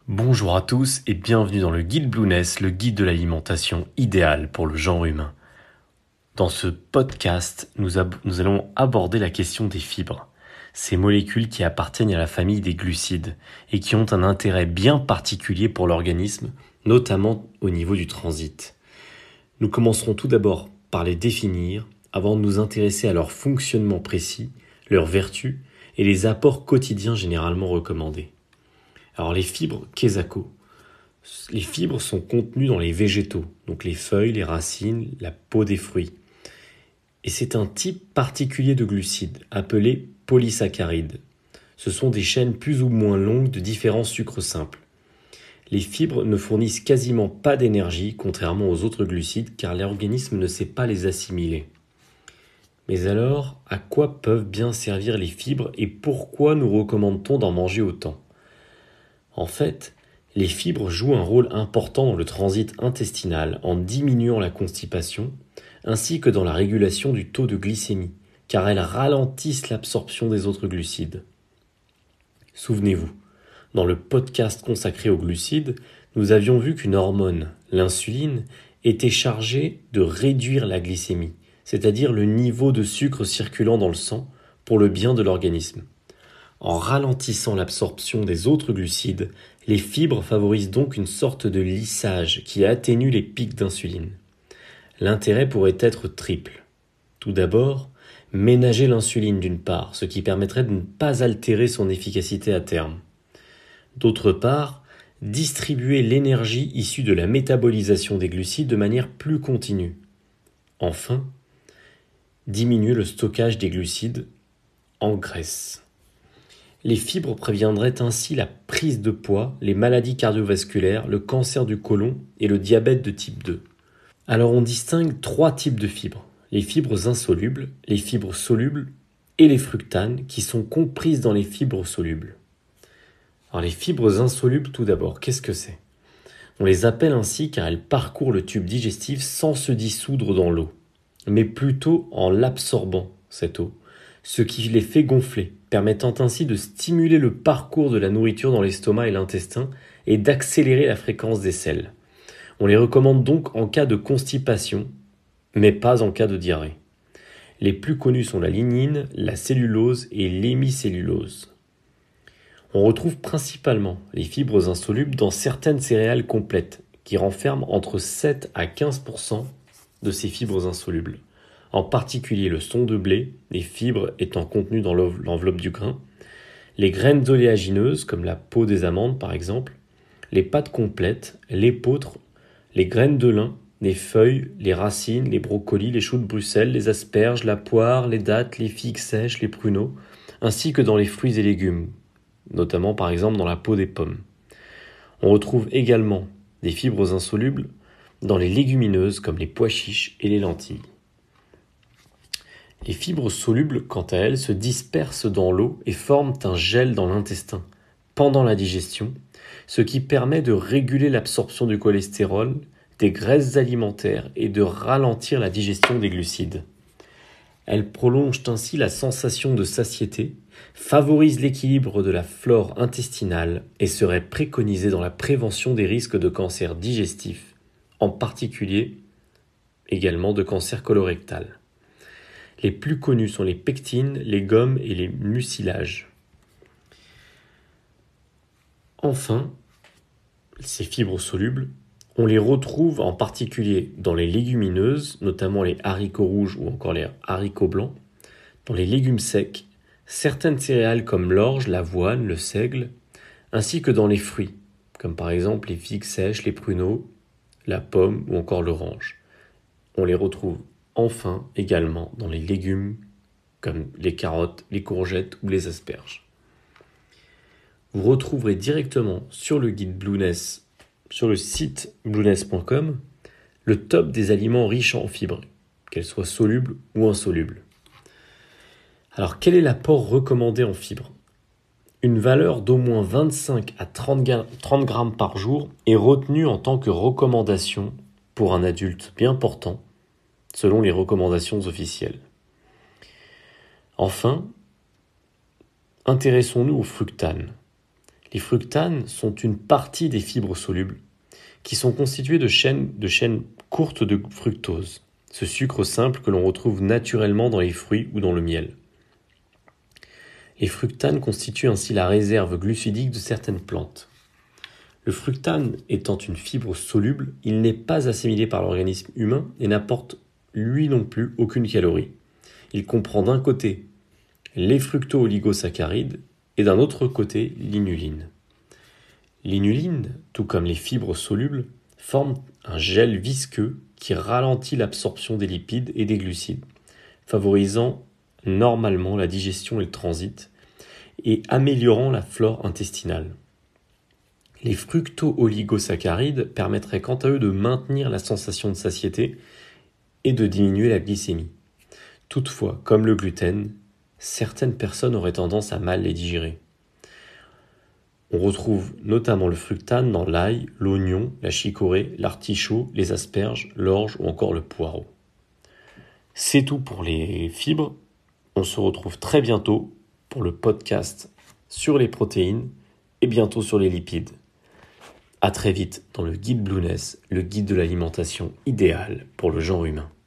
Bonjour à tous et bienvenue dans le guide Blueness, le guide de l'alimentation idéale pour le genre humain. Dans ce podcast, nous allons aborder la question des fibres, ces molécules qui appartiennent à la famille des glucides et qui ont un intérêt bien particulier pour l'organisme, notamment au niveau du transit. Nous commencerons tout d'abord par les définir avant de nous intéresser à leur fonctionnement précis, leurs vertus et les apports quotidiens généralement recommandés. Alors les fibres Quesaco. Les fibres sont contenues dans les végétaux, donc les feuilles, les racines, la peau des fruits. Et c'est un type particulier de glucides, appelé polysaccharides. Ce sont des chaînes plus ou moins longues de différents sucres simples. Les fibres ne fournissent quasiment pas d'énergie, contrairement aux autres glucides, car l'organisme ne sait pas les assimiler. Mais alors, à quoi peuvent bien servir les fibres et pourquoi nous recommande-t-on d'en manger autant ? En fait, les fibres jouent un rôle important dans le transit intestinal en diminuant la constipation, ainsi que dans la régulation du taux de glycémie, car elles ralentissent l'absorption des autres glucides. Souvenez-vous, dans le podcast consacré aux glucides, nous avions vu qu'une hormone, l'insuline, était chargée de réduire la glycémie, c'est-à-dire le niveau de sucre circulant dans le sang, pour le bien de l'organisme. En ralentissant l'absorption des autres glucides, les fibres favorisent donc une sorte de lissage qui atténue les pics d'insuline. L'intérêt pourrait être triple. Tout d'abord, ménager l'insuline d'une part, ce qui permettrait de ne pas altérer son efficacité à terme. D'autre part, distribuer l'énergie issue de la métabolisation des glucides de manière plus continue. Enfin, diminuer le stockage des glucides en graisse. Les fibres préviendraient ainsi la prise de poids, les maladies cardiovasculaires, le cancer du côlon et le diabète de type 2. Alors on distingue 3 types de fibres, les fibres insolubles, les fibres solubles et les fructanes qui sont comprises dans les fibres solubles. Alors les fibres insolubles tout d'abord, qu'est-ce que c'est ? On les appelle ainsi car elles parcourent le tube digestif sans se dissoudre dans l'eau, mais plutôt en l'absorbant, cette eau, ce qui les fait gonfler, permettant ainsi de stimuler le parcours de la nourriture dans l'estomac et l'intestin et d'accélérer la fréquence des selles. On les recommande donc en cas de constipation, mais pas en cas de diarrhée. Les plus connus sont la lignine, la cellulose et l'hémicellulose. On retrouve principalement les fibres insolubles dans certaines céréales complètes, qui renferment entre 7 à 15% de ces fibres insolubles. En particulier le son de blé, les fibres étant contenues dans l'enveloppe du grain, les graines oléagineuses, comme la peau des amandes par exemple, les pâtes complètes, l'épeautre, les graines de lin, les feuilles, les racines, les brocolis, les choux de Bruxelles, les asperges, la poire, les dattes, les figues sèches, les pruneaux, ainsi que dans les fruits et légumes, notamment par exemple dans la peau des pommes. On retrouve également des fibres insolubles dans les légumineuses comme les pois chiches et les lentilles. Les fibres solubles, quant à elles, se dispersent dans l'eau et forment un gel dans l'intestin pendant la digestion, ce qui permet de réguler l'absorption du cholestérol, des graisses alimentaires et de ralentir la digestion des glucides. Elles prolongent ainsi la sensation de satiété, favorisent l'équilibre de la flore intestinale et seraient préconisées dans la prévention des risques de cancer digestif, en particulier également de cancer colorectal. Les plus connus sont les pectines, les gommes et les mucilages. Enfin, ces fibres solubles, on les retrouve en particulier dans les légumineuses, notamment les haricots rouges ou encore les haricots blancs, dans les légumes secs, certaines céréales comme l'orge, l'avoine, le seigle, ainsi que dans les fruits, comme par exemple les figues sèches, les pruneaux, la pomme ou encore l'orange. On les retrouve enfin également dans les légumes comme les carottes, les courgettes ou les asperges. Vous retrouverez directement sur le guide Blueness, sur le site blueness.com, le top des aliments riches en fibres, qu'elles soient solubles ou insolubles. Alors quel est l'apport recommandé en fibres ? Une valeur d'au moins 25 à 30 grammes par jour est retenue en tant que recommandation pour un adulte bien portant, selon les recommandations officielles. Enfin, intéressons-nous aux fructanes. Les fructanes sont une partie des fibres solubles qui sont constituées de chaînes courtes de fructose, ce sucre simple que l'on retrouve naturellement dans les fruits ou dans le miel. Les fructanes constituent ainsi la réserve glucidique de certaines plantes. Le fructane étant une fibre soluble, il n'est pas assimilé par l'organisme humain et n'apporte lui non plus aucune calorie. Il comprend d'un côté les fructo-oligosaccharides et d'un autre côté l'inuline. L'inuline, tout comme les fibres solubles, forme un gel visqueux qui ralentit l'absorption des lipides et des glucides, favorisant normalement la digestion et le transit, et améliorant la flore intestinale. Les fructo-oligosaccharides permettraient quant à eux de maintenir la sensation de satiété et de diminuer la glycémie. Toutefois, comme le gluten, certaines personnes auraient tendance à mal les digérer. On retrouve notamment le fructane dans l'ail, l'oignon, la chicorée, l'artichaut, les asperges, l'orge ou encore le poireau. C'est tout pour les fibres. On se retrouve très bientôt pour le podcast sur les protéines et bientôt sur les lipides. À très vite dans le guide Blueness, le guide de l'alimentation idéale pour le genre humain.